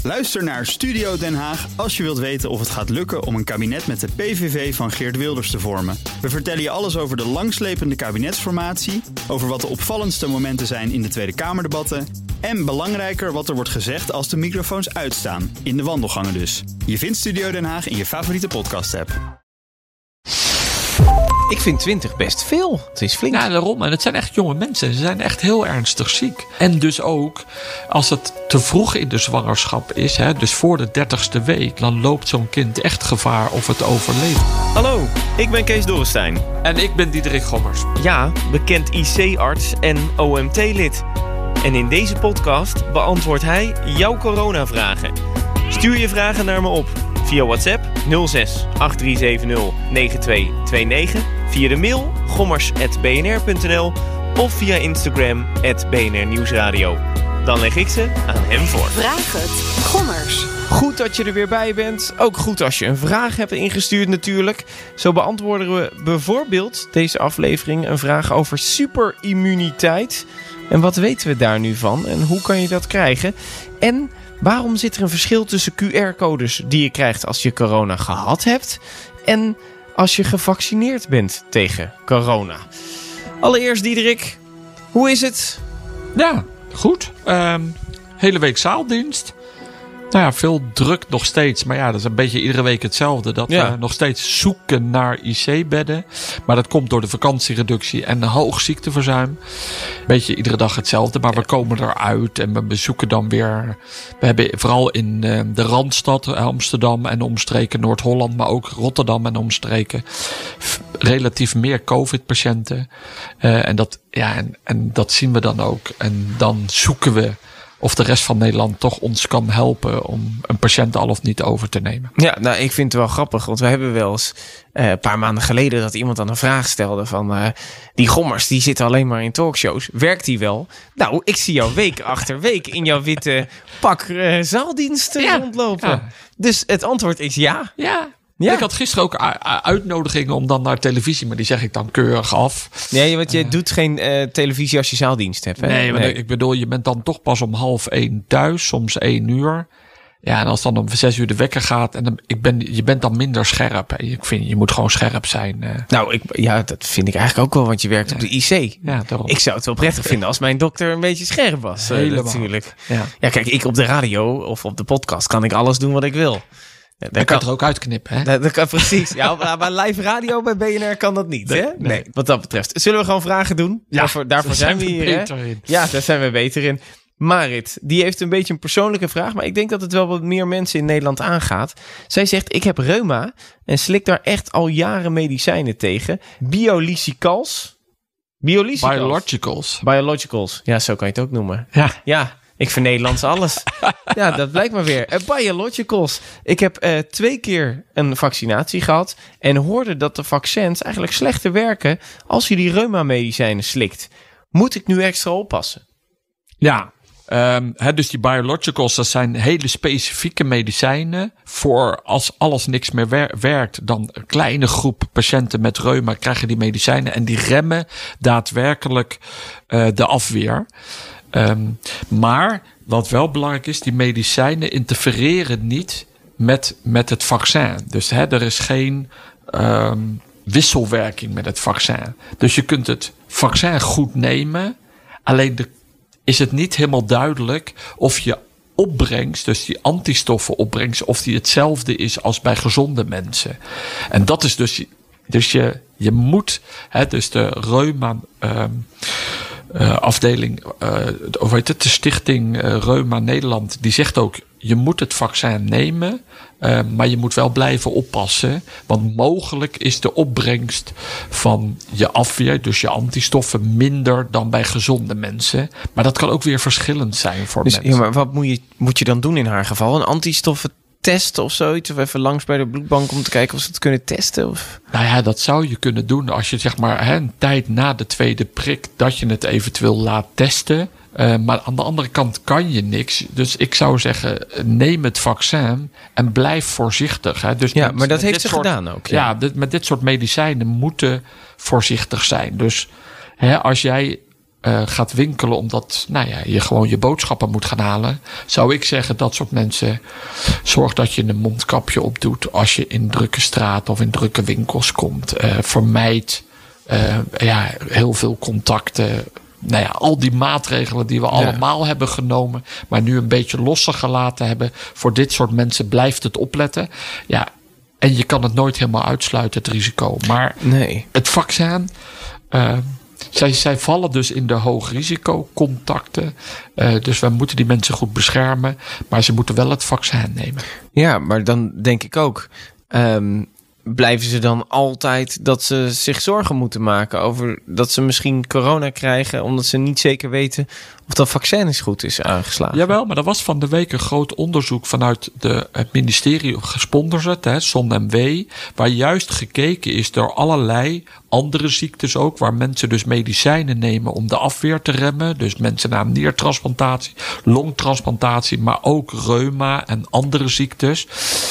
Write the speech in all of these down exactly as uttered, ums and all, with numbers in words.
Luister naar Studio Den Haag als je wilt weten of het gaat lukken om een kabinet met de P V V van Geert Wilders te vormen. We vertellen je alles over de langslepende kabinetsformatie, over wat de opvallendste momenten zijn in de Tweede Kamerdebatten en belangrijker wat er wordt gezegd als de microfoons uitstaan, in de wandelgangen dus. Je vindt Studio Den Haag in je favoriete podcast-app. Ik vind twintig best veel. Het is flink. Ja, daarom. En het zijn echt jonge mensen. Ze zijn echt heel ernstig ziek. En dus ook, als het te vroeg in de zwangerschap is, hè, dus voor de dertigste week, dan loopt zo'n kind echt gevaar of het overleeft. Hallo, ik ben Kees Dorrestein. En ik ben Diederik Gommers. Ja, bekend I C-arts en O M T-lid. En in deze podcast beantwoordt hij jouw coronavragen. Stuur je vragen naar me op via WhatsApp nul zes acht drie zeven nul negen twee twee negen, via de mail gommers at b n r punt n l of via Instagram at b n r nieuwsradio. Dan leg ik ze aan hem voor. Vraag het, Gommers. Goed dat je er weer bij bent. Ook goed als je een vraag hebt ingestuurd natuurlijk. Zo beantwoorden we bijvoorbeeld deze aflevering een vraag over superimmuniteit. En wat weten we daar nu van en hoe kan je dat krijgen? En waarom zit er een verschil tussen Q R-codes die je krijgt als je corona gehad hebt en als je gevaccineerd bent tegen corona? Allereerst Diederik, hoe is het? Ja, goed. Um, hele week zaaldienst. Nou ja, veel druk nog steeds. Maar ja, dat is een beetje iedere week hetzelfde. Dat ja. we nog steeds zoeken naar I C-bedden. Maar dat komt door de vakantiereductie en een hoog ziekteverzuim. Beetje iedere dag hetzelfde. Maar we komen eruit en we bezoeken dan weer. We hebben vooral in uh, de Randstad, Amsterdam en omstreken, Noord-Holland, maar ook Rotterdam en omstreken, f- relatief meer COVID-patiënten. Uh, en, dat, ja, en, en dat zien we dan ook. En dan zoeken we of de rest van Nederland toch ons kan helpen om een patiënt al of niet over te nemen. Ja, nou, ik vind het wel grappig. Want we hebben wel eens uh, een paar maanden geleden dat iemand dan een vraag stelde van Uh, die Gommers, die zitten alleen maar in talkshows. Werkt die wel? Nou, ik zie jou week achter week in jouw witte pak uh, zaaldiensten ja. rondlopen. Ja. Dus het antwoord is ja. Ja. Ja. Ik had gisteren ook uitnodigingen om dan naar televisie, maar die zeg ik dan keurig af. Nee, want je uh, doet geen uh, televisie als je zaaldienst hebt. Hè? Nee, maar nee. Ik bedoel, je bent dan toch pas om half één thuis, soms één uur. Ja, en als dan om zes uur de wekker gaat en dan, ik ben, je bent dan minder scherp. Hè. Ik vind, je moet gewoon scherp zijn. Uh. Nou, ik, ja, dat vind ik eigenlijk ook wel, want je werkt ja. op de I C. Ja, daarom. Ik zou het wel prettig vinden als mijn dokter een beetje scherp was. Uh, natuurlijk. Ja. ja, kijk, ik op de radio of op de podcast kan ik alles doen wat ik wil. Ja, dat kan er ook uitknippen, hè? Dat, dat kan, precies. Ja, maar, maar live radio bij B N R kan dat niet, nee, hè? Nee. nee, wat dat betreft. Zullen we gewoon vragen doen? Ja, daarvoor daarvoor zijn, zijn we hier, beter hè? in. Ja, daar zijn we beter in. Marit, die heeft een beetje een persoonlijke vraag, maar ik denk dat het wel wat meer mensen in Nederland aangaat. Zij zegt, ik heb reuma en slik daar echt al jaren medicijnen tegen. Biologicals. Biologicals. Biologicals. Biologicals. Ja, zo kan je het ook noemen. Ja. Ja. Ik vernederlands alles. Ja, dat blijkt maar weer. Uh, biologicals. Ik heb uh, twee keer een vaccinatie gehad en hoorde dat de vaccins eigenlijk slechter werken als je die reuma-medicijnen slikt. Moet ik nu extra oppassen? Ja, um, he, dus die biologicals, dat zijn hele specifieke medicijnen voor als alles niks meer wer- werkt, dan een kleine groep patiënten met reuma krijgen die medicijnen en die remmen daadwerkelijk uh, de afweer. Um, maar wat wel belangrijk is, die medicijnen interfereren niet met, met het vaccin. Dus hè, er is geen um, wisselwerking met het vaccin. Dus je kunt het vaccin goed nemen. Alleen de, is het niet helemaal duidelijk of je opbrengst, dus die antistoffen opbrengst, of die hetzelfde is als bij gezonde mensen. En dat is dus, dus je, je moet, hè, dus de reuma Um, Uh, afdeling, uh, of weet het, de stichting uh, Reuma Nederland, die zegt ook, je moet het vaccin nemen, uh, maar je moet wel blijven oppassen, want mogelijk is de opbrengst van je afweer, dus je antistoffen, minder dan bij gezonde mensen. Maar dat kan ook weer verschillend zijn voor dus, mensen. Ja, maar wat moet je, moet je dan doen in haar geval? Een antistoffen testen of zoiets? Of even langs bij de bloedbank om te kijken of ze het kunnen testen? Of? Nou ja, dat zou je kunnen doen als je zeg maar hè, een tijd na de tweede prik, dat je het eventueel laat testen. Uh, maar aan de andere kant kan je niks. Dus ik zou zeggen, neem het vaccin en blijf voorzichtig. Hè. Dus ja, met, maar dat heeft ze soort, gedaan ook. Ja, ja dit, met dit soort medicijnen moeten voorzichtig zijn. Dus hè, als jij uh, gaat winkelen omdat nou ja, je gewoon je boodschappen moet gaan halen, zou ik zeggen, dat soort mensen, zorg dat je een mondkapje opdoet als je in drukke straten of in drukke winkels komt. Uh, vermijd uh, ja, heel veel contacten. Nou ja, al die maatregelen die we allemaal ja. hebben genomen, maar nu een beetje losser gelaten hebben. Voor dit soort mensen blijft het opletten. Ja, en je kan het nooit helemaal uitsluiten, het risico. Maar nee. het vaccin, uh, zij, zij vallen dus in de hoogrisicocontacten. Uh, dus we moeten die mensen goed beschermen. Maar ze moeten wel het vaccin nemen. Ja, maar dan denk ik ook, Um, blijven ze dan altijd dat ze zich zorgen moeten maken over dat ze misschien corona krijgen, omdat ze niet zeker weten of dat vaccin is goed is aangeslagen? Jawel, maar er was van de week een groot onderzoek vanuit de, het ministerie gesponsord, hè, S O N M W, waar juist gekeken is door allerlei andere ziektes ook, waar mensen dus medicijnen nemen om de afweer te remmen. Dus mensen na niertransplantatie, longtransplantatie, maar ook reuma en andere ziektes.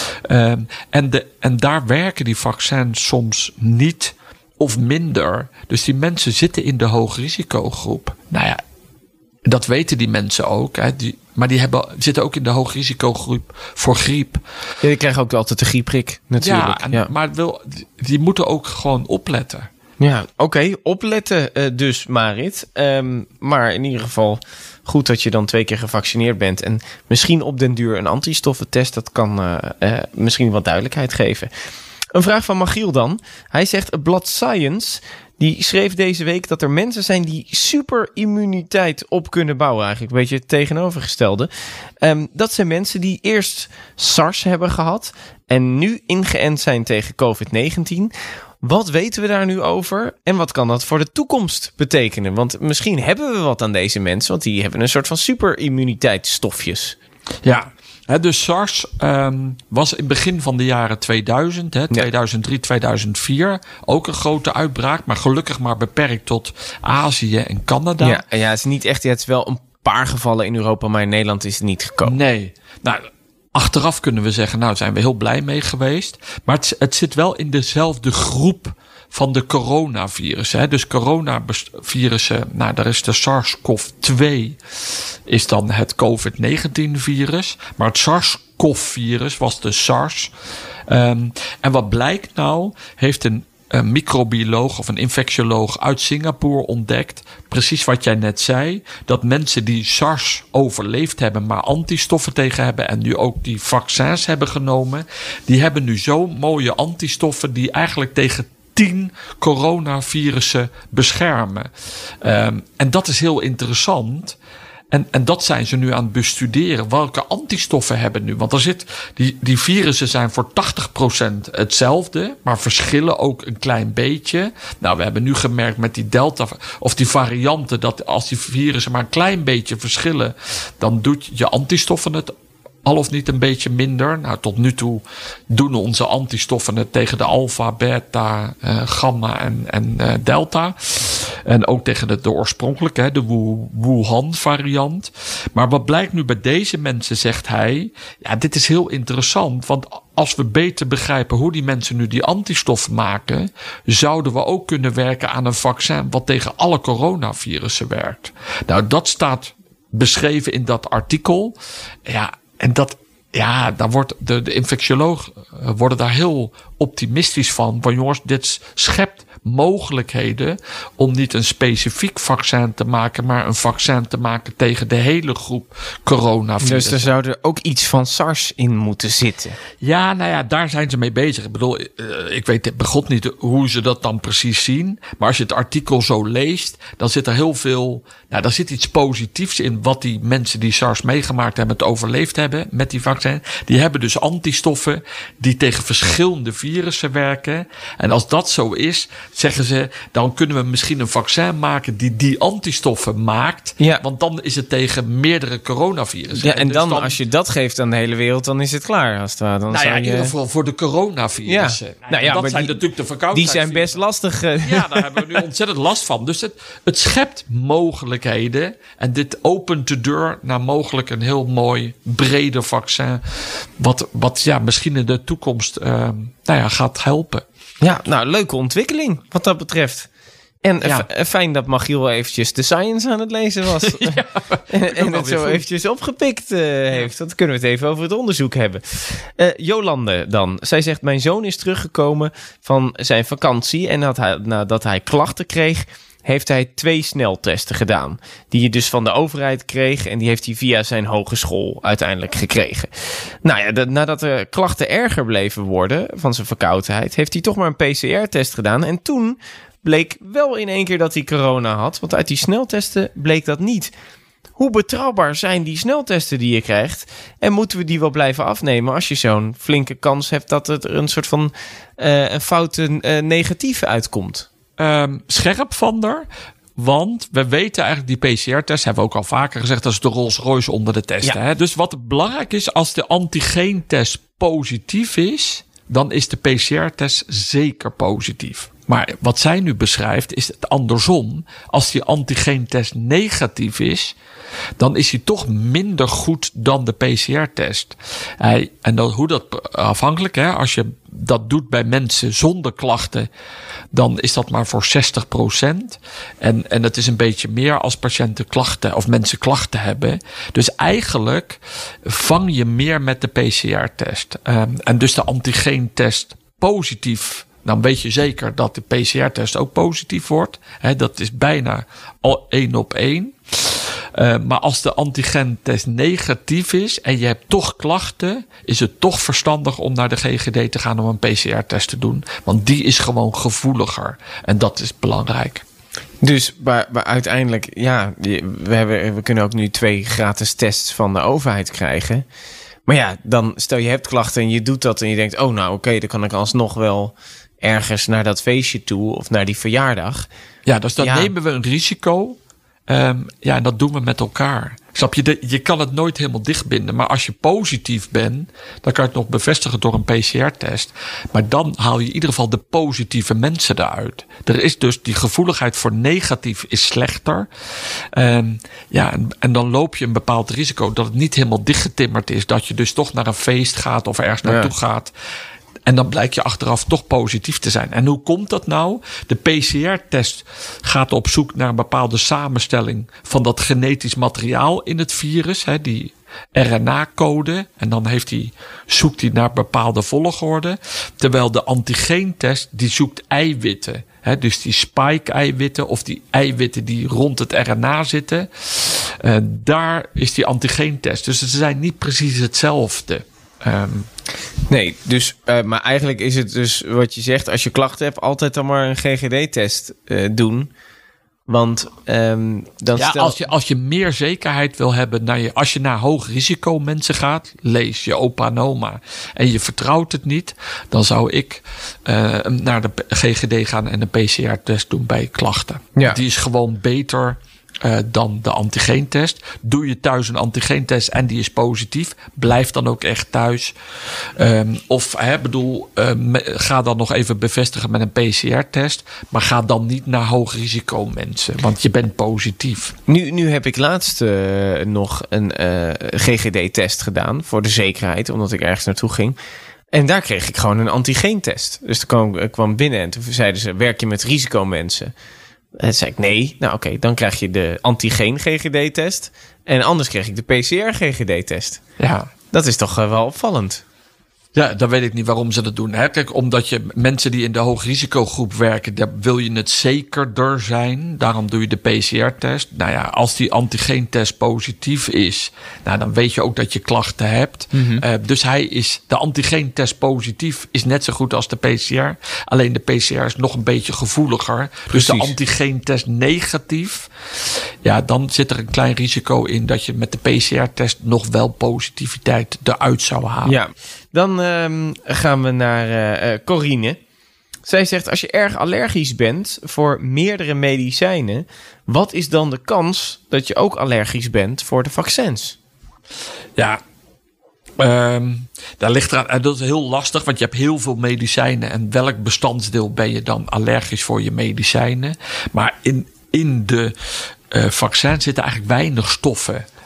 Um, en, de, en daar werken die vaccins soms niet of minder. Dus die mensen zitten in de hoogrisicogroep. Nou ja, dat weten die mensen ook. Hè. Die, maar die hebben, zitten ook in de hoogrisicogroep voor griep. Ja, die krijgen ook altijd de griepprik natuurlijk. Ja, en, ja. maar wil, die moeten ook gewoon opletten. Ja, oké. Okay, opletten uh, dus, Marit. Um, maar in ieder geval goed dat je dan twee keer gevaccineerd bent. En misschien op den duur een antistoffentest. Dat kan uh, uh, misschien wat duidelijkheid geven. Een vraag van Magiel dan. Hij zegt, het blad Science, die schreef deze week dat er mensen zijn die superimmuniteit op kunnen bouwen. Eigenlijk een beetje het tegenovergestelde. Um, dat zijn mensen die eerst SARS hebben gehad en nu ingeënt zijn tegen covid negentien. Wat weten we daar nu over en wat kan dat voor de toekomst betekenen? Want misschien hebben we wat aan deze mensen, want die hebben een soort van superimmuniteitsstofjes. Ja, he, dus SARS um, was in het begin van de jaren tweeduizend, he, tweeduizend drie, tweeduizend vier, ook een grote uitbraak, maar gelukkig maar beperkt tot Azië en Canada. Ja, ja, het is niet echt, ja, het is wel een paar gevallen in Europa, maar in Nederland is het niet gekomen. Nee, nou, achteraf kunnen we zeggen, nou, zijn we heel blij mee geweest. Maar het, het zit wel in dezelfde groep van de coronavirussen. Hè. Dus coronavirussen, nou, daar is de SARS-CoV twee, is dan het covid negentien virus. Maar het SARS-CoV-virus was de SARS. Um, en wat blijkt nou, heeft een een microbioloog of een infectioloog uit Singapore ontdekt, precies wat jij net zei, dat mensen die SARS overleefd hebben, maar antistoffen tegen hebben en nu ook die vaccins hebben genomen, die hebben nu zo mooie antistoffen die eigenlijk tegen tien coronavirussen beschermen. Um, en dat is heel interessant. En, en dat zijn ze nu aan het bestuderen. Welke antistoffen hebben nu? Want er zit, die, die virussen zijn voor tachtig procent hetzelfde, maar verschillen ook een klein beetje. Nou, we hebben nu gemerkt met die delta of die varianten, dat als die virussen maar een klein beetje verschillen, dan doet je antistoffen het al of niet een beetje minder. Nou, tot nu toe doen onze antistoffen het tegen de alpha, beta, uh, gamma en, en uh, delta. En ook tegen de, de oorspronkelijke, hè, de Wuhan variant. Maar wat blijkt nu bij deze mensen, zegt hij, ja, dit is heel interessant, want als we beter begrijpen hoe die mensen nu die antistoffen maken, zouden we ook kunnen werken aan een vaccin wat tegen alle coronavirussen werkt. Nou, dat staat beschreven in dat artikel. Ja, en dat, ja, daar wordt de, de infectiologen worden daar heel optimistisch van. Van jongens, dit schept mogelijkheden om niet een specifiek vaccin te maken, maar een vaccin te maken tegen de hele groep coronavirus. Dus er zou er ook iets van SARS in moeten zitten. Ja, nou ja, daar zijn ze mee bezig. Ik bedoel, ik weet begot niet hoe ze dat dan precies zien. Maar als je het artikel zo leest, dan zit er heel veel, nou, daar zit iets positiefs in wat die mensen die SARS meegemaakt hebben, het overleefd hebben met die vaccin. Die hebben dus antistoffen die tegen verschillende virussen werken. En als dat zo is, zeggen ze, dan kunnen we misschien een vaccin maken die die antistoffen maakt. Ja. Want dan is het tegen meerdere coronavirussen. Ja, en, en dus dan, dan, als je dat geeft aan de hele wereld, dan is het klaar. Als het ware. Dan nou ja, je... in ieder geval voor de coronavirussen. Ja. Nou ja, dat maar zijn die, natuurlijk de verkoudheidsvirussen. Die zijn best lastig. Uh... Ja, daar hebben we nu ontzettend last van. Dus het, het schept mogelijkheden. En dit opent de deur naar mogelijk een heel mooi, breder vaccin. Wat, wat ja, misschien in de toekomst uh, nou ja, gaat helpen. Ja, nou, leuke ontwikkeling wat dat betreft. En Ja. f- fijn dat Magiel eventjes de science aan het lezen was. Ja, en en wel het weer zo goed. eventjes opgepikt uh, heeft. Dan kunnen we het even over het onderzoek hebben. Uh, Jolande dan. Zij zegt, mijn zoon is teruggekomen van zijn vakantie. En dat hij, nadat hij klachten kreeg, heeft hij twee sneltesten gedaan. Die hij dus van de overheid kreeg. En die heeft hij via zijn hogeschool uiteindelijk gekregen. Nou ja, de, nadat de klachten erger bleven worden van zijn verkoudheid, heeft hij toch maar een P C R-test gedaan. En toen bleek wel in één keer dat hij corona had. Want uit die sneltesten bleek dat niet. Hoe betrouwbaar zijn die sneltesten die je krijgt? En moeten we die wel blijven afnemen als je zo'n flinke kans hebt dat het er een soort van uh, een foute uh, negatief uitkomt? Um, scherp van er. Want we weten eigenlijk, die P C R-test hebben we ook al vaker gezegd, dat is de Rolls Royce onder de testen. Ja. Hè? Dus wat belangrijk is, als de antigeentest positief is, dan is de P C R-test zeker positief. Maar wat zij nu beschrijft is het andersom. Als die antigeentest negatief is, dan is hij toch minder goed dan de P C R-test. Hij, en dat, hoe dat afhankelijk, hè, als je dat doet bij mensen zonder klachten, dan is dat maar voor zestig procent. En, en het is een beetje meer als patiënten klachten of mensen klachten hebben. Dus eigenlijk vang je meer met de P C R-test. Um, en dus de antigeentest positief, dan weet je zeker dat de P C R-test ook positief wordt. He, dat is bijna al één op één. Uh, maar als de antigeentest negatief is en je hebt toch klachten, is het toch verstandig om naar de G G D te gaan om een P C R-test te doen. Want die is gewoon gevoeliger. En dat is belangrijk. Dus maar, maar uiteindelijk, ja, we, hebben, we kunnen ook nu twee gratis tests van de overheid krijgen. Maar ja, dan stel je hebt klachten en je doet dat en je denkt, oh nou oké, okay, dan kan ik alsnog wel ergens naar dat feestje toe of naar die verjaardag. Ja, dus dan ja. nemen we een risico. Um, ja, en dat doen we met elkaar. Snap je? De, je kan het nooit helemaal dichtbinden. Maar als je positief bent, dan kan je het nog bevestigen door een P C R-test. Maar dan haal je in ieder geval de positieve mensen eruit. Er is dus die gevoeligheid voor negatief is slechter. Um, ja, en, en dan loop je een bepaald risico dat het niet helemaal dichtgetimmerd is. Dat je dus toch naar een feest gaat of ergens naartoe ja. gaat. En dan blijkt je achteraf toch positief te zijn. En hoe komt dat nou? De P C R-test gaat op zoek naar een bepaalde samenstelling van dat genetisch materiaal in het virus. Hè, die R N A-code. En dan heeft hij, zoekt hij naar bepaalde volgorde. Terwijl de antigeentest die zoekt eiwitten. Hè, dus die spike-eiwitten of die eiwitten die rond het R N A zitten. Uh, daar is die antigeentest. Dus ze zijn niet precies hetzelfde. Um, Nee, dus, uh, maar eigenlijk is het dus wat je zegt, als je klachten hebt, altijd dan maar een G G D-test uh, doen. Want um, dan ja, stel... als je, als je meer zekerheid wil hebben, naar je, als je naar hoog risico mensen gaat, lees je opa en oma en je vertrouwt het niet, dan zou ik uh, naar de G G D gaan en een P C R-test doen bij klachten. Ja. Die is gewoon beter Uh, dan de antigeentest. Doe je thuis een antigeentest en die is positief, blijf dan ook echt thuis. Um, of hè, bedoel, uh, me, ga dan nog even bevestigen met een P C R-test, maar ga dan niet naar hoog risico mensen, want je bent positief. Nu, nu heb ik laatst uh, nog een uh, G G D-test gedaan voor de zekerheid, omdat ik ergens naartoe ging. En daar kreeg ik gewoon een antigeentest. Dus toen kwam ik kwam binnen en toen zeiden ze, werk je met risicomensen? En toen zei ik nee. Nou oké, okay, dan krijg je de antigeen-G G D-test. En anders kreeg ik de P C R-G G D-test. Ja. Dat is toch uh, wel opvallend. Ja, dan weet ik niet waarom ze dat doen. Hè? Kijk, omdat je mensen die in de hoogrisicogroep werken, daar wil je het zekerder zijn. Daarom doe je de P C R-test. Nou ja, als die antigeentest positief is, nou, dan weet je ook dat je klachten hebt. Mm-hmm. Uh, dus hij is, de antigeentest positief is net zo goed als de P C R. Alleen de P C R is nog een beetje gevoeliger. Precies. Dus de antigeentest negatief, ja, dan zit er een klein risico in dat je met de P C R-test nog wel positiviteit eruit zou halen. Ja. Dan um, gaan we naar uh, uh, Corine. Zij zegt, als je erg allergisch bent voor meerdere medicijnen, wat is dan de kans dat je ook allergisch bent voor de vaccins? Ja, um, daar ligt eraan. Dat is heel lastig, want je hebt heel veel medicijnen. En welk bestanddeel ben je dan allergisch voor je medicijnen? Maar in, in de uh, vaccins zitten eigenlijk weinig stoffen.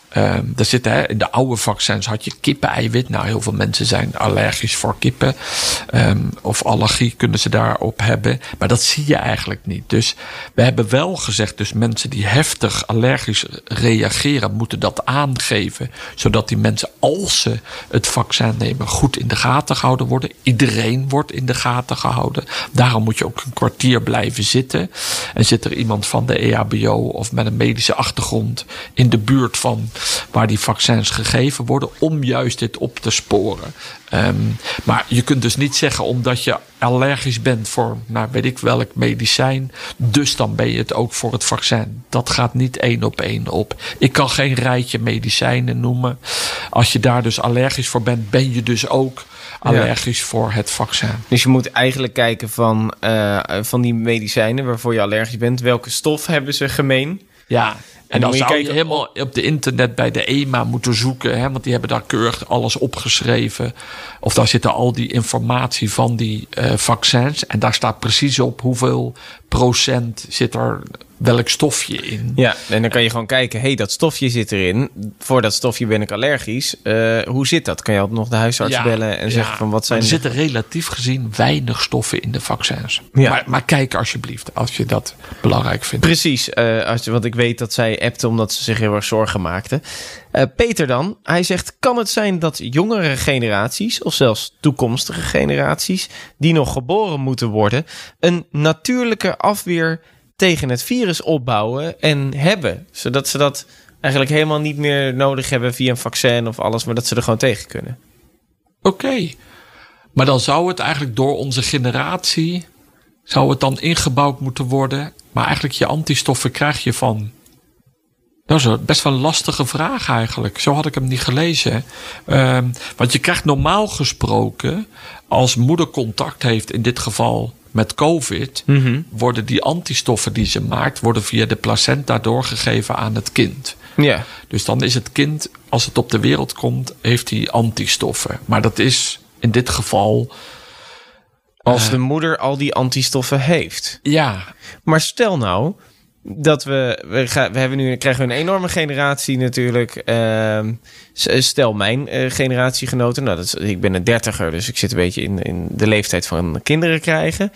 Um, er zitten, hè, in de oude vaccins had je kippen-eiwit. Nou, heel veel mensen zijn allergisch voor kippen. Um, of allergie kunnen ze daarop hebben. Maar dat zie je eigenlijk niet. Dus we hebben wel gezegd, dus mensen die heftig allergisch reageren, moeten dat aangeven. Zodat die mensen, als ze het vaccin nemen, goed in de gaten gehouden worden. Iedereen wordt in de gaten gehouden. Daarom moet je ook een kwartier blijven zitten. En zit er iemand van de E H B O of met een medische achtergrond in de buurt van waar die vaccins gegeven worden, om juist dit op te sporen. Um, maar je kunt dus niet zeggen, omdat je allergisch bent voor, nou weet ik welk medicijn, dus dan ben je het ook voor het vaccin. Dat gaat niet één op één op. Ik kan geen rijtje medicijnen noemen. Als je daar dus allergisch voor bent, ben je dus ook allergisch ja. voor het vaccin. Dus je moet eigenlijk kijken van, uh, van die medicijnen waarvoor je allergisch bent, welke stof hebben ze gemeen? Ja. En, en dan, dan zou je kijken, helemaal op... op de internet bij de E M A moeten zoeken. Hè, want die hebben daar keurig alles opgeschreven. Of daar zitten al die informatie van die uh, vaccins. En daar staat precies op hoeveel procent zit er welk stofje in. Ja, en dan kan je gewoon kijken, hé, hey, dat stofje zit erin. Voor dat stofje ben ik allergisch. Uh, hoe zit dat? Kan je altijd nog de huisarts ja, bellen en ja, zeggen van wat zijn... er zitten relatief gezien weinig stoffen in de vaccins. Ja. Maar, maar kijk alsjeblieft, als je dat belangrijk vindt. Precies, uh, als, want ik weet dat zij appte omdat ze zich heel erg zorgen maakte. Uh, Peter dan, hij zegt, kan het zijn dat jongere generaties, of zelfs toekomstige generaties, die nog geboren moeten worden, een natuurlijke afweer tegen het virus opbouwen en hebben, zodat ze dat eigenlijk helemaal niet meer nodig hebben via een vaccin of alles, maar dat ze er gewoon tegen kunnen? Oké, okay. Maar dan zou het eigenlijk door onze generatie, zou het dan ingebouwd moeten worden, maar eigenlijk je antistoffen krijg je van... Dat is best wel een lastige vraag eigenlijk. Zo had ik hem niet gelezen. Um, want je krijgt normaal gesproken, als moeder contact heeft, in dit geval met COVID, mm-hmm. worden die antistoffen die ze maakt, worden via de placenta doorgegeven aan het kind. Ja. Dus dan is het kind, als het op de wereld komt, heeft hij antistoffen. Maar dat is in dit geval... Als uh, de moeder al die antistoffen heeft. Ja. Maar stel nou dat we, we, gaan, we hebben nu, krijgen we een enorme generatie natuurlijk. Uh, stel mijn uh, generatiegenoten. Nou, dat is, ik ben een dertiger, dus ik zit een beetje in, in de leeftijd van kinderen krijgen.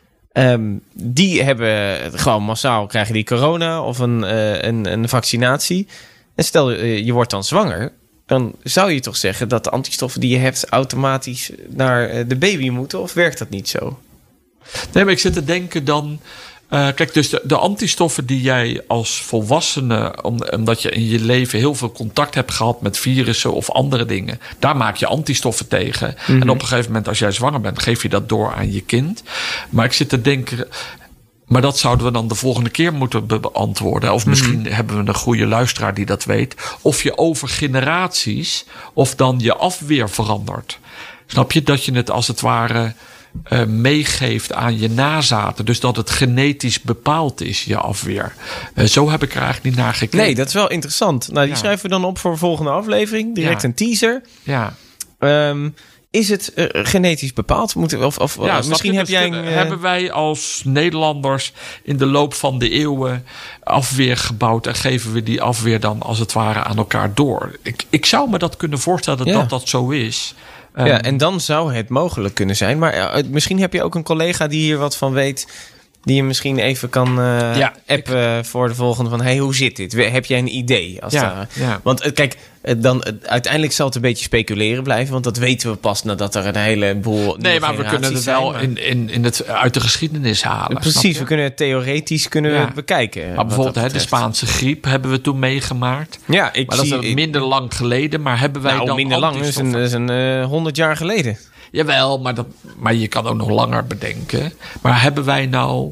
Um, die hebben gewoon massaal krijgen die corona of een, uh, een, een vaccinatie. En stel uh, je wordt dan zwanger, dan zou je toch zeggen dat de antistoffen die je hebt automatisch naar uh, de baby moeten, of werkt dat niet zo? Nee, maar ik zit te denken dan... Uh, kijk, dus de, de antistoffen die jij als volwassene, om, omdat je in je leven heel veel contact hebt gehad met virussen of andere dingen, daar maak je antistoffen tegen. Mm-hmm. En op een gegeven moment, als jij zwanger bent, geef je dat door aan je kind. Maar ik zit te denken, maar dat zouden we dan de volgende keer moeten be- beantwoorden. Of misschien mm-hmm. hebben we een goede luisteraar die dat weet. Of je over generaties, of dan je afweer verandert. Snap je? Dat je het als het ware Uh, meegeeft aan je nazaten. Dus dat het genetisch bepaald is, je afweer. Uh, zo heb ik er eigenlijk niet naar gekeken. Nee, dat is wel interessant. Nou, die ja. schrijven we dan op voor de volgende aflevering. Direct ja. een teaser. Ja. Um, is het uh, genetisch bepaald? Moeten of, of ja, uh, misschien heb dus jij... Een, uh... Hebben wij als Nederlanders in de loop van de eeuwen afweer gebouwd en geven we die afweer dan als het ware aan elkaar door? Ik, ik zou me dat kunnen voorstellen ja. dat dat zo is. Um, ja, en dan zou het mogelijk kunnen zijn. Maar uh, misschien heb je ook een collega die hier wat van weet, die je misschien even kan uh, ja, appen ik... voor de volgende van, hey, hoe zit dit? Heb jij een idee? Als ja, daar... ja. Want uh, kijk, uh, dan, uh, uiteindelijk zal het een beetje speculeren blijven, want dat weten we pas nadat er een heleboel Nee, maar we kunnen het wel maar... in, in, in het, uit de geschiedenis halen. Precies, we kunnen het theoretisch kunnen ja. we bekijken. Maar bijvoorbeeld hè, de Spaanse griep hebben we toen meegemaakt. Ja, ik maar dat zie, is minder ik... lang geleden, maar hebben wij nou, dan minder lang, dat is een, is een uh, honderd jaar geleden. Jawel, maar, dat, maar je kan ook nog langer bedenken. Maar hebben wij nou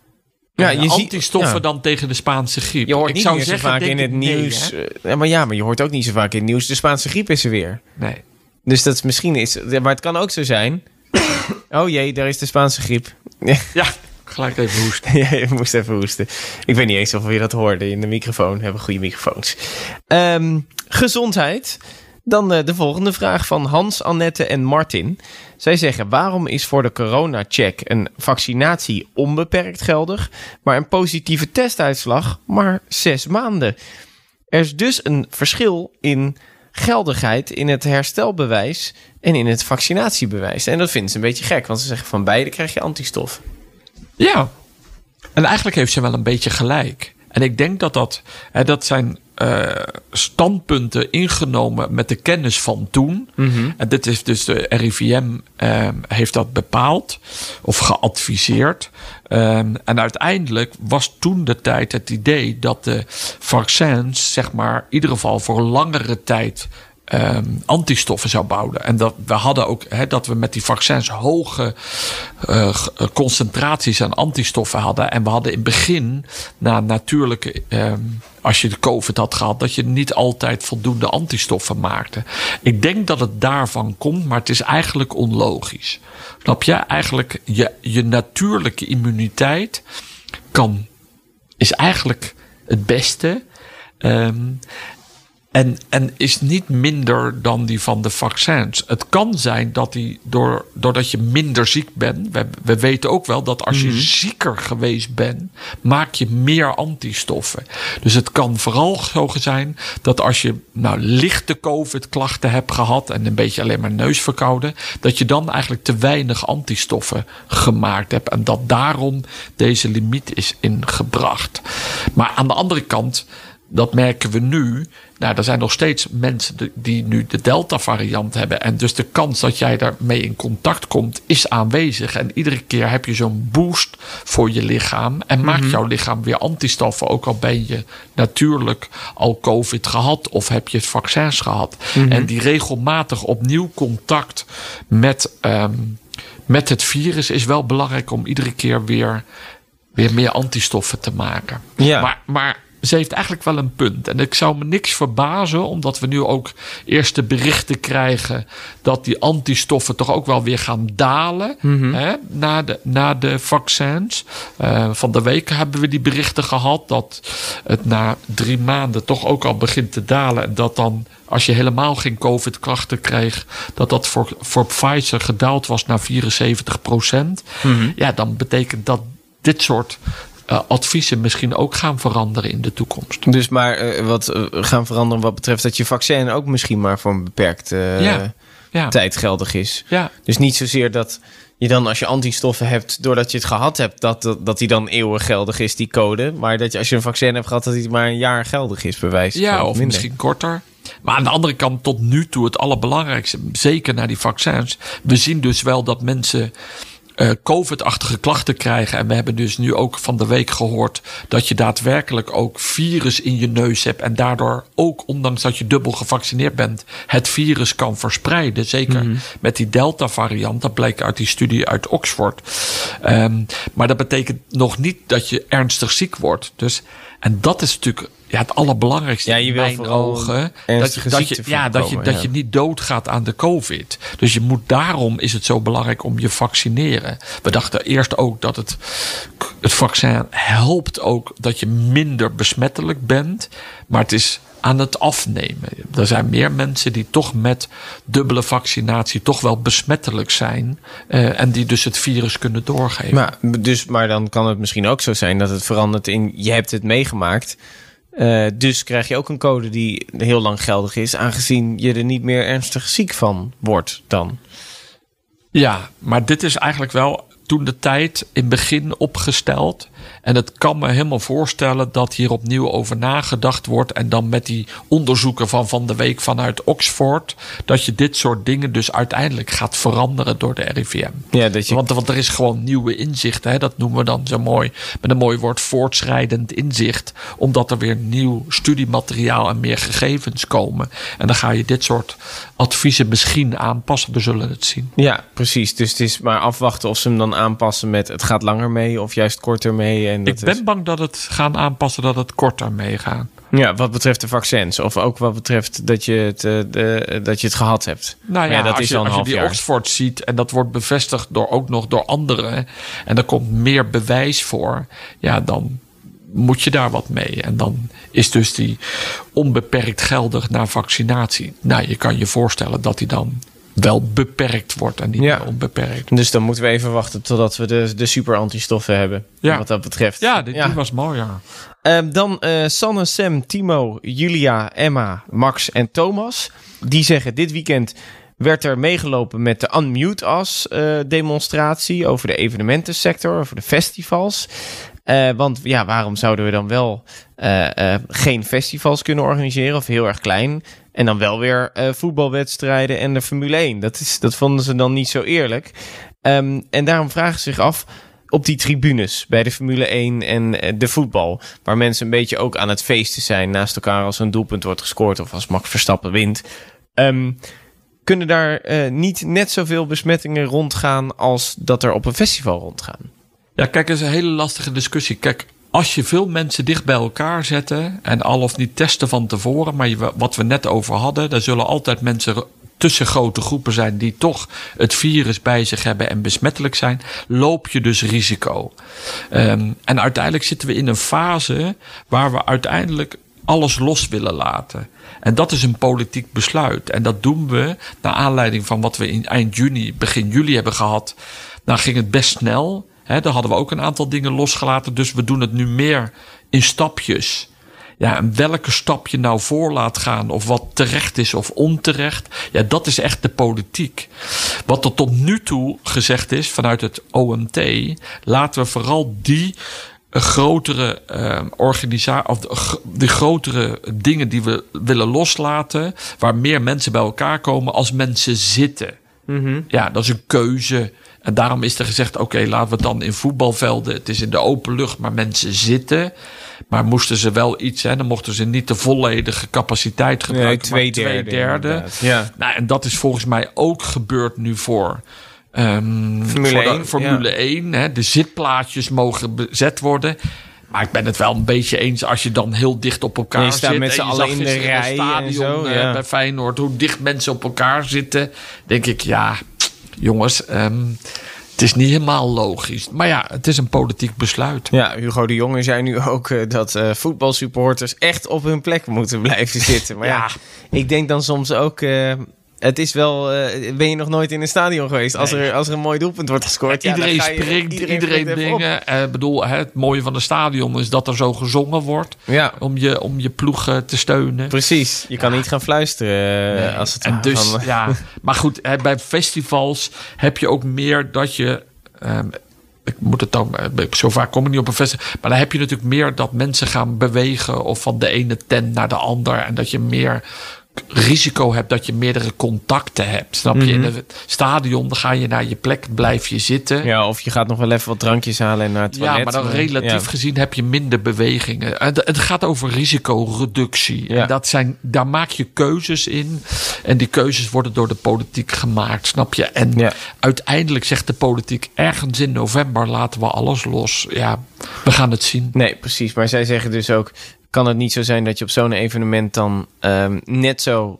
ja, je antistoffen ziet, ja. dan tegen de Spaanse griep? Je hoort ik niet zou meer zeggen, zo vaak in het nee, nieuws. Ja, maar ja, maar je hoort ook niet zo vaak in het nieuws. De Spaanse griep is er weer. Nee. Dus dat is misschien is. Maar het kan ook zo zijn. Oh jee, daar is de Spaanse griep. Ja, gelijk even hoesten. Ja, je moest even hoesten. Ik weet niet eens of je dat hoorde in de microfoon. We hebben goede microfoons. Um, gezondheid. Dan uh, de volgende vraag van Hans, Annette en Martin. Zij zeggen, waarom is voor de corona-check een vaccinatie onbeperkt geldig, maar een positieve testuitslag maar zes maanden? Er is dus een verschil in geldigheid in het herstelbewijs en in het vaccinatiebewijs. En dat vinden ze een beetje gek, want ze zeggen van beide krijg je antistoffen. Ja, en eigenlijk heeft ze wel een beetje gelijk. En ik denk dat dat, hè, dat zijn uh, standpunten ingenomen met de kennis van toen. Mm-hmm. En dit is dus de R I V M uh, heeft dat bepaald of geadviseerd. Um, en uiteindelijk was toen de tijd het idee dat de vaccins, zeg maar, in ieder geval voor langere tijd Um, antistoffen zou bouwen. En dat we hadden ook he, dat we met die vaccins hoge uh, concentraties aan antistoffen hadden. En we hadden in het begin, na natuurlijke, um, als je de COVID had gehad, dat je niet altijd voldoende antistoffen maakte. Ik denk dat het daarvan komt, maar het is eigenlijk onlogisch. Snap je? Eigenlijk je, je natuurlijke immuniteit kan, is eigenlijk het beste. Um, En, en is niet minder dan die van de vaccins. Het kan zijn dat die, door, doordat je minder ziek bent. We, we weten ook wel dat als je mm-hmm. zieker geweest bent, maak je meer antistoffen. Dus het kan vooral zo zijn dat als je nou lichte COVID-klachten hebt gehad en een beetje alleen maar neusverkouden, dat je dan eigenlijk te weinig antistoffen gemaakt hebt. En dat daarom deze limiet is ingebracht. Maar aan de andere kant, dat merken we nu. Nou, er zijn nog steeds mensen die nu de Delta-variant hebben. En dus de kans dat jij daarmee in contact komt is aanwezig. En iedere keer heb je zo'n boost voor je lichaam. En maakt mm-hmm. jouw lichaam weer antistoffen. Ook al ben je natuurlijk al COVID gehad of heb je het vaccins gehad. Mm-hmm. En die regelmatig opnieuw contact met, um, met het virus is wel belangrijk om iedere keer weer, weer meer antistoffen te maken. Ja. Maar... maar ze heeft eigenlijk wel een punt. En ik zou me niks verbazen, omdat we nu ook eerste berichten krijgen dat die antistoffen toch ook wel weer gaan dalen mm-hmm. hè, na, de, na de vaccins. Uh, van de week hebben we die berichten gehad dat het na drie maanden toch ook al begint te dalen. En dat dan, als je helemaal geen COVID-klachten kreeg, dat dat voor, voor Pfizer gedaald was naar vierenzeventig procent. Mm-hmm. Ja, dan betekent dat dit soort Uh, adviezen misschien ook gaan veranderen in de toekomst. Dus maar uh, wat uh, gaan veranderen wat betreft dat je vaccin ook misschien maar voor een beperkte uh, ja, ja. tijd geldig is. Ja. Dus niet zozeer dat je dan als je antistoffen hebt doordat je het gehad hebt, dat, dat, dat die dan eeuwig geldig is, die code. Maar dat je als je een vaccin hebt gehad, dat die maar een jaar geldig is, bij wijze van. Ja, of minder. Misschien korter. Maar aan de andere kant tot nu toe het allerbelangrijkste, zeker naar die vaccins. We zien dus wel dat mensen Uh, COVID-achtige klachten krijgen. En we hebben dus nu ook van de week gehoord dat je daadwerkelijk ook virus in je neus hebt. En daardoor ook, ondanks dat je dubbel gevaccineerd bent, het virus kan verspreiden. Zeker mm-hmm. met die Delta-variant. Dat bleek uit die studie uit Oxford. Um, maar dat betekent nog niet dat je ernstig ziek wordt. Dus, en dat is natuurlijk ja, het allerbelangrijkste ja, je in wil mijn ogen. Dat je, dat je, ja, dat je, dat je niet doodgaat aan de COVID. Dus je moet, daarom is het zo belangrijk om je vaccineren. We dachten eerst ook dat het, het vaccin helpt ook dat je minder besmettelijk bent. Maar het is aan het afnemen. Er zijn meer mensen die toch met dubbele vaccinatie toch wel besmettelijk zijn. Uh, en die dus het virus kunnen doorgeven. Maar, dus, maar dan kan het misschien ook zo zijn dat het verandert in je hebt het meegemaakt. Uh, dus krijg je ook een code die heel lang geldig is, aangezien je er niet meer ernstig ziek van wordt dan. Ja, maar dit is eigenlijk wel toen de tijd in het begin opgesteld. En het kan me helemaal voorstellen dat hier opnieuw over nagedacht wordt. En dan met die onderzoeken van van de week vanuit Oxford, dat je dit soort dingen dus uiteindelijk gaat veranderen door de R I V M. Ja, dat je... want, want er is gewoon nieuwe inzichten. Hè? Dat noemen we dan zo mooi, met een mooi woord, voortschrijdend inzicht. Omdat er weer nieuw studiemateriaal en meer gegevens komen. En dan ga je dit soort adviezen misschien aanpassen. We zullen het zien. Ja, precies. Dus het is maar afwachten of ze hem dan aanpassen met het gaat langer mee of juist korter mee. En dat ik ben is... bang dat het gaan aanpassen dat het korter meegaat. Ja, wat betreft de vaccins. Of ook wat betreft dat je het, de, dat je het gehad hebt. Nou ja, ja dat als, is je, al een als half je die jaar. Oxford ziet en dat wordt bevestigd door, ook nog door anderen. En er komt meer bewijs voor. Ja, dan moet je daar wat mee. En dan is dus die onbeperkt geldig na vaccinatie. Nou, je kan je voorstellen dat die dan wel beperkt wordt en niet ja. meer onbeperkt. Dus dan moeten we even wachten totdat we de, de super antistoffen hebben. Ja. Wat dat betreft. Ja, die, ja. die was mooi, ja. Uh, dan uh, Sanne, Sam, Timo, Julia, Emma, Max en Thomas. Die zeggen dit weekend werd er meegelopen met de Unmute Us uh, demonstratie over de evenementensector, over de festivals. Uh, want ja, waarom zouden we dan wel uh, uh, geen festivals kunnen organiseren of heel erg klein? En dan wel weer uh, voetbalwedstrijden en de Formule één. Dat, is, dat vonden ze dan niet zo eerlijk. Um, en daarom vragen ze zich af op die tribunes bij de Formule één en uh, de voetbal, waar mensen een beetje ook aan het feesten zijn naast elkaar als een doelpunt wordt gescoord of als Max Verstappen wint. Um, kunnen daar uh, niet net zoveel besmettingen rondgaan als dat er op een festival rondgaan? Ja, kijk, dat is een hele lastige discussie. Kijk, als je veel mensen dicht bij elkaar zetten en al of niet testen van tevoren, maar je, wat we net over hadden, daar zullen altijd mensen tussen grote groepen zijn die toch het virus bij zich hebben en besmettelijk zijn, loop je dus risico. Um, en uiteindelijk zitten we in een fase waar we uiteindelijk alles los willen laten. En dat is een politiek besluit. En dat doen we naar aanleiding van wat we in eind juni, begin juli hebben gehad. Nou ging het best snel. He, daar hadden we ook een aantal dingen losgelaten. Dus we doen het nu meer in stapjes. Ja, en welke stap je nou voor laat gaan, of wat terecht is of onterecht, ja, dat is echt de politiek. Wat er tot nu toe gezegd is vanuit het O M T, laten we vooral die uh, grotere uh, organisatie, of de, de grotere dingen die we willen loslaten, waar meer mensen bij elkaar komen als mensen zitten. Mm-hmm. Ja, dat is een keuze. En daarom is er gezegd, oké, okay, laten we het dan in voetbalvelden. Het is in de open lucht, maar mensen zitten. Maar moesten ze wel iets, hè, dan mochten ze niet de volledige capaciteit gebruiken. Nee, twee, maar twee derde. derde. Ja. Nou, en dat is volgens mij ook gebeurd nu voor um, Formule voor één. De, Formule ja. één. Hè. De zitplaatjes mogen bezet worden. Maar ik ben het wel een beetje eens als je dan heel dicht op elkaar je staat zit. met z'n allen in de rij in stadion, en zo. Ja. Bij Feyenoord, hoe dicht mensen op elkaar zitten. Denk ik, ja, jongens, um, het is niet helemaal logisch. Maar ja, het is een politiek besluit. Ja, Hugo de Jonge zei nu ook uh, dat uh, voetbalsupporters echt op hun plek moeten blijven zitten. Maar ja, ja ik denk dan soms ook, Uh, het is wel, uh, ben je nog nooit in een stadion geweest? Als, nee. er, als er een mooi doelpunt wordt gescoord. Ja, iedereen ja, dan ga je, springt, iedereen, iedereen dingen. Ik uh, bedoel, hè, het mooie van een stadion is dat er zo gezongen wordt. Ja. Om, je, om je ploeg uh, te steunen. Precies, je kan ja. niet gaan fluisteren. Uh, nee. als het en dus, van, ja. Maar goed, hè, bij festivals heb je ook meer dat je Um, ik moet het dan, zo vaak kom ik niet op een festival. Maar dan heb je natuurlijk meer dat mensen gaan bewegen of van de ene tent naar de ander. En dat je meer risico hebt dat je meerdere contacten hebt. Snap je? Mm-hmm. In het stadion dan ga je naar je plek, blijf je zitten. Ja, of je gaat nog wel even wat drankjes halen en naar het toilet. Ja, maar dan relatief ja. gezien heb je minder bewegingen. Het gaat over risicoreductie. Ja. En dat zijn, daar maak je keuzes in. En die keuzes worden door de politiek gemaakt, snap je? En ja. uiteindelijk zegt de politiek ergens in november laten we alles los. Ja, we gaan het zien. Nee, precies. Maar zij zeggen dus ook, kan het niet zo zijn dat je op zo'n evenement dan um, net zo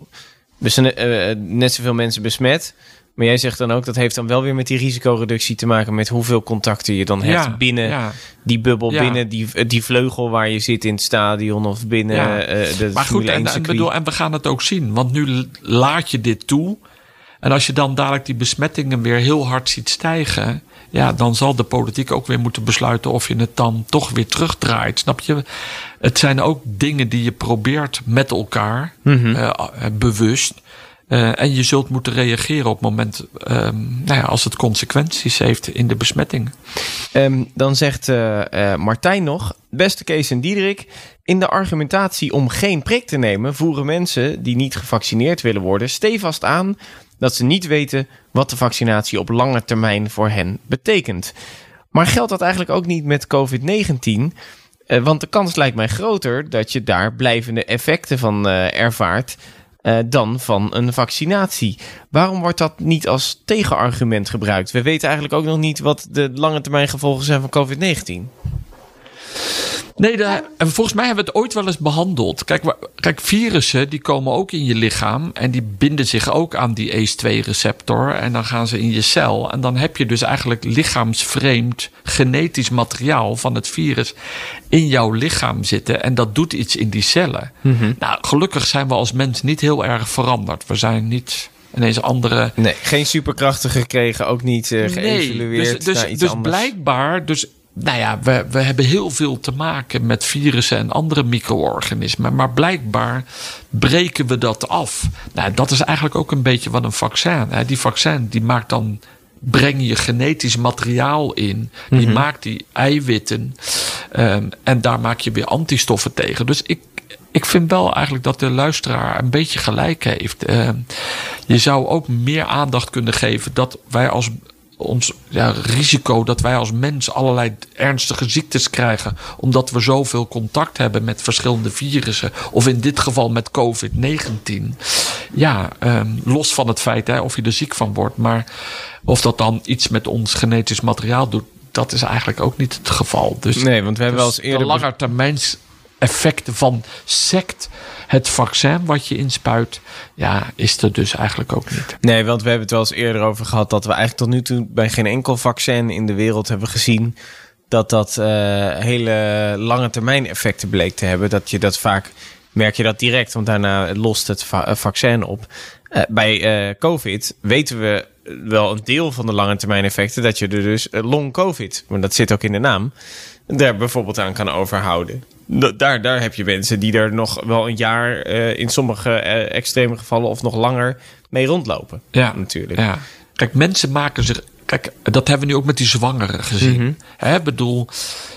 besne- uh, net zoveel mensen besmet. Maar jij zegt dan ook, dat heeft dan wel weer met die risicoreductie te maken met hoeveel contacten je dan hebt ja, binnen ja. die bubbel, ja. binnen die, die vleugel waar je zit in het stadion of binnen ja. uh, de maar goed, en, en, bedoel, en we gaan het ook zien, want nu laat je dit toe. En als je dan dadelijk die besmettingen weer heel hard ziet stijgen, ja, dan zal de politiek ook weer moeten besluiten of je het dan toch weer terugdraait. Snap je? Het zijn ook dingen die je probeert met elkaar, mm-hmm. uh, bewust. Uh, en je zult moeten reageren op het moment, um, nou ja, als het consequenties heeft in de besmetting. Um, dan zegt uh, uh, Martijn nog, beste Kees en Diederik, in de argumentatie om geen prik te nemen voeren mensen die niet gevaccineerd willen worden stevast aan dat ze niet weten wat de vaccinatie op lange termijn voor hen betekent. Maar geldt dat eigenlijk ook niet met covid negentien? Uh, want de kans lijkt mij groter dat je daar blijvende effecten van uh, ervaart uh, dan van een vaccinatie. Waarom wordt dat niet als tegenargument gebruikt? We weten eigenlijk ook nog niet wat de lange termijn gevolgen zijn van covid negentien. Nee, de, en volgens mij hebben we het ooit wel eens behandeld. Kijk, kijk, virussen die komen ook in je lichaam en die binden zich ook aan die A C E twee receptor en dan gaan ze in je cel. En dan heb je dus eigenlijk lichaamsvreemd genetisch materiaal van het virus in jouw lichaam zitten en dat doet iets in die cellen. Mm-hmm. Nou, gelukkig zijn we als mens niet heel erg veranderd. We zijn niet ineens andere... Nee, geen superkrachten gekregen, ook niet uh, geëvalueerd. Nee, dus, dus, naar iets dus anders. blijkbaar... Dus nou ja, we, we hebben heel veel te maken met virussen en andere micro-organismen. Maar blijkbaar breken we dat af. Nou, dat is eigenlijk ook een beetje wat een vaccin. Hè. Die vaccin die maakt dan, breng je genetisch materiaal in. Die Mm-hmm. maakt die eiwitten. Um, en daar maak je weer antistoffen tegen. Dus ik, ik vind wel eigenlijk dat de luisteraar een beetje gelijk heeft. Um, je zou ook meer aandacht kunnen geven dat wij als ons ja, risico dat wij als mens allerlei ernstige ziektes krijgen, omdat we zoveel contact hebben met verschillende virussen, of in dit geval met covid negentien. Ja, um, los van het feit hè, of je er ziek van wordt, maar of dat dan iets met ons genetisch materiaal doet, dat is eigenlijk ook niet het geval. Dus, Nee, want we hebben wel dus eens eerder de langetermijns effecten van sect, het vaccin wat je inspuit, ja, is er dus eigenlijk ook niet. Nee, want we hebben het wel eens eerder over gehad dat we eigenlijk tot nu toe bij geen enkel vaccin in de wereld hebben gezien dat dat uh, hele lange termijn effecten bleek te hebben. Dat je dat vaak, merk je dat direct, want daarna lost het va- vaccin op. Uh, bij uh, COVID weten we wel een deel van de lange termijn effecten, dat je er dus uh, long COVID, maar dat zit ook in de naam, daar bijvoorbeeld aan kan overhouden. Daar, daar heb je mensen die er nog wel een jaar uh, in sommige uh, extreme gevallen of nog langer mee rondlopen. Ja, natuurlijk. Ja. Kijk, mensen maken zich. Kijk, dat hebben we nu ook met die zwangeren gezien. Mm-hmm. Hè, bedoel,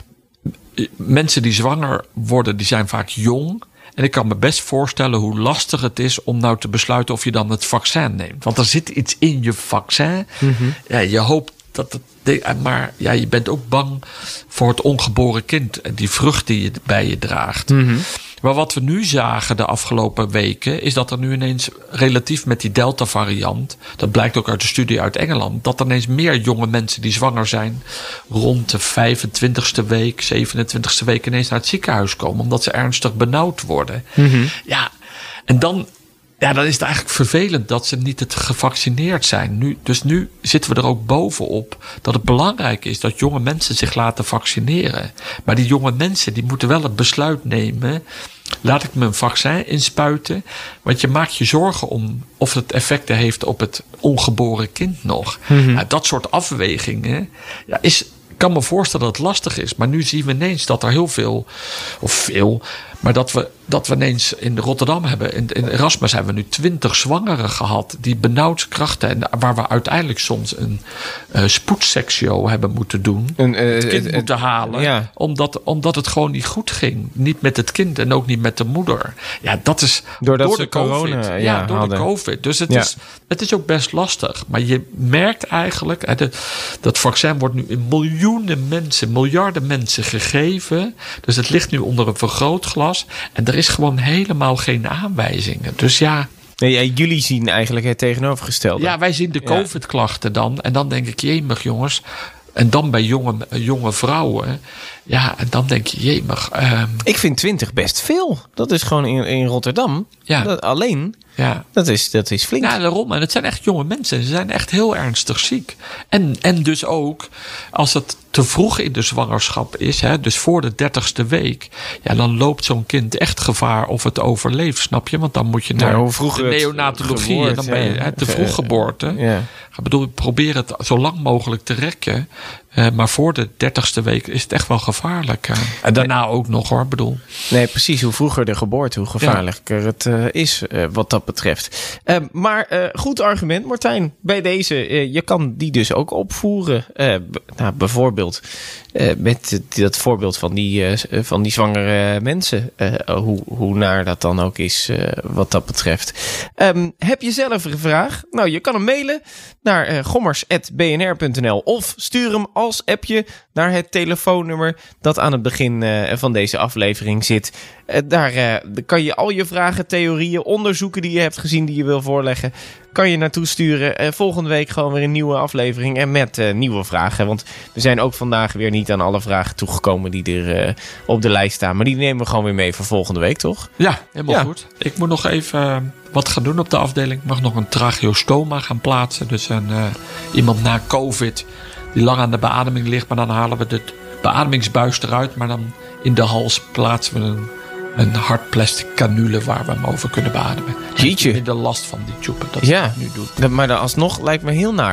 mensen die zwanger worden, die zijn vaak jong. En ik kan me best voorstellen hoe lastig het is om nou te besluiten of je dan het vaccin neemt. Want er zit iets in je vaccin. Mm-hmm. Ja, je hoopt dat het. Maar ja, je bent ook bang voor het ongeboren kind en die vrucht die je bij je draagt. Mm-hmm. Maar wat we nu zagen de afgelopen weken, is dat er nu ineens relatief met die Delta-variant, dat blijkt ook uit de studie uit Engeland, dat er ineens meer jonge mensen die zwanger zijn rond de vijfentwintigste week, zevenentwintigste week ineens naar het ziekenhuis komen, omdat ze ernstig benauwd worden. Mm-hmm. Ja, en dan, ja, dan is het eigenlijk vervelend dat ze niet het gevaccineerd zijn. Nu, dus nu zitten we er ook bovenop dat het belangrijk is dat jonge mensen zich laten vaccineren. Maar die jonge mensen die moeten wel het besluit nemen, laat ik me een vaccin inspuiten? Want je maakt je zorgen om of het effecten heeft op het ongeboren kind nog. Mm-hmm. Nou, dat soort afwegingen ja, is, ik kan me voorstellen dat het lastig is. Maar nu zien we ineens dat er heel veel, of veel, maar dat we, dat we ineens in Rotterdam hebben, in, in Erasmus hebben we nu twintig zwangeren gehad die benauwd krachten, en waar we uiteindelijk soms een uh, spoedseksio hebben moeten doen. Een, uh, het kind uh, moeten halen, ja. omdat, omdat het gewoon niet goed ging. Niet met het kind en ook niet met de moeder. Ja, dat is Doordat door ze de COVID. corona, ja, ja, door hadden. de COVID. Dus het, Ja. is, het is ook best lastig. Maar je merkt eigenlijk, hè, de, dat vaccin wordt nu in miljoenen mensen, miljarden mensen gegeven. Dus het ligt nu onder een vergrootglas. En er is gewoon helemaal geen aanwijzingen. Dus ja. Nee, ja, jullie zien eigenlijk het tegenovergestelde. Ja, wij zien de Ja. COVID-klachten dan. En dan denk ik, jemig jongens. En dan bij jonge, jonge vrouwen. Ja, en dan denk je, jemig. Um, Ik vind twintig best veel. Dat is gewoon in, in Rotterdam. Ja. Dat, alleen, ja. dat is, dat is flink. Ja, daarom. En het zijn echt jonge mensen. Ze zijn echt heel ernstig ziek. En, en dus ook, als het te vroeg in de zwangerschap is, hè, dus voor de dertigste week, ja, dan loopt zo'n kind echt gevaar of het overleeft, snap je? Want dan moet je naar Nou, hoe vroeger de het neonatologie geboorte, en dan ben je ja. hè, te vroeg geboorte. Ja. Ik bedoel, probeer het zo lang mogelijk te rekken. Uh, maar voor de dertigste week is het echt wel gevaarlijk. Uh. En daarna ook nog hoor, bedoel. Nee, precies. Hoe vroeger de geboorte, hoe gevaarlijker ja. het uh, is uh, wat dat betreft. Uh, maar uh, goed argument, Martijn. Bij deze, uh, je kan die dus ook opvoeren. Uh, b- nou, bijvoorbeeld uh, met dat voorbeeld van die, uh, van die zwangere mensen. Uh, hoe, hoe naar dat dan ook is uh, wat dat betreft. Um, heb je zelf een vraag? Nou, je kan hem mailen naar uh, gommers punt b n r punt n l of stuur hem als appje naar het telefoonnummer dat aan het begin uh, van deze aflevering zit. Uh, daar uh, kan je al je vragen, theorieën, onderzoeken die je hebt gezien die je wil voorleggen, kan je naartoe sturen. Uh, volgende week gewoon weer een nieuwe aflevering en met uh, nieuwe vragen. Want we zijn ook vandaag weer niet aan alle vragen toegekomen die er uh, op de lijst staan. Maar die nemen we gewoon weer mee voor volgende week, toch? Ja, helemaal Ja. goed. Ik moet nog even uh, wat gaan doen op de afdeling. Ik mag nog een tracheostoma gaan plaatsen. Dus een, uh, iemand na COVID die lang aan de beademing ligt. Maar dan halen we de beademingsbuis eruit. Maar dan in de hals plaatsen we een, een hard plastic canule waar we hem over kunnen beademen. Jeetje. Minder last van die tube. Dat is Ja. wat ik nu doe. Dat, maar dan alsnog lijkt me heel naar.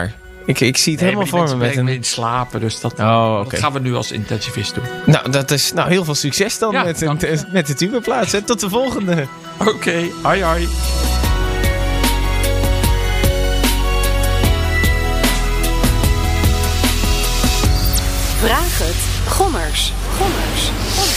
Ik, ik zie het Nee, helemaal maar voor die me met mensen een... brengen in slapen, dus dat, Oh, oké. dat gaan we nu als intensivist doen. Nou, dat is nou heel veel succes dan Ja, met, een, dank je. met de tuberplaats. Hè. Tot de volgende. Oké, okay. Hoi hoi. Vraag het. Gommers. Gommers. Gommers.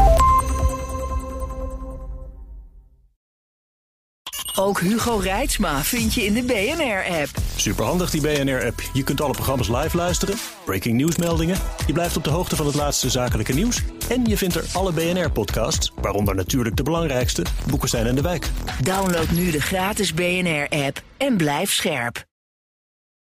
Ook Hugo Reitsma vind je in de B N R-app. Superhandig die B N R-app. Je kunt alle programma's live luisteren, breaking nieuwsmeldingen. Je blijft op de hoogte van het laatste zakelijke nieuws. En je vindt er alle B N R-podcasts, waaronder natuurlijk de belangrijkste, Boekenstein en de Wijk. Download nu de gratis B N R-app en blijf scherp.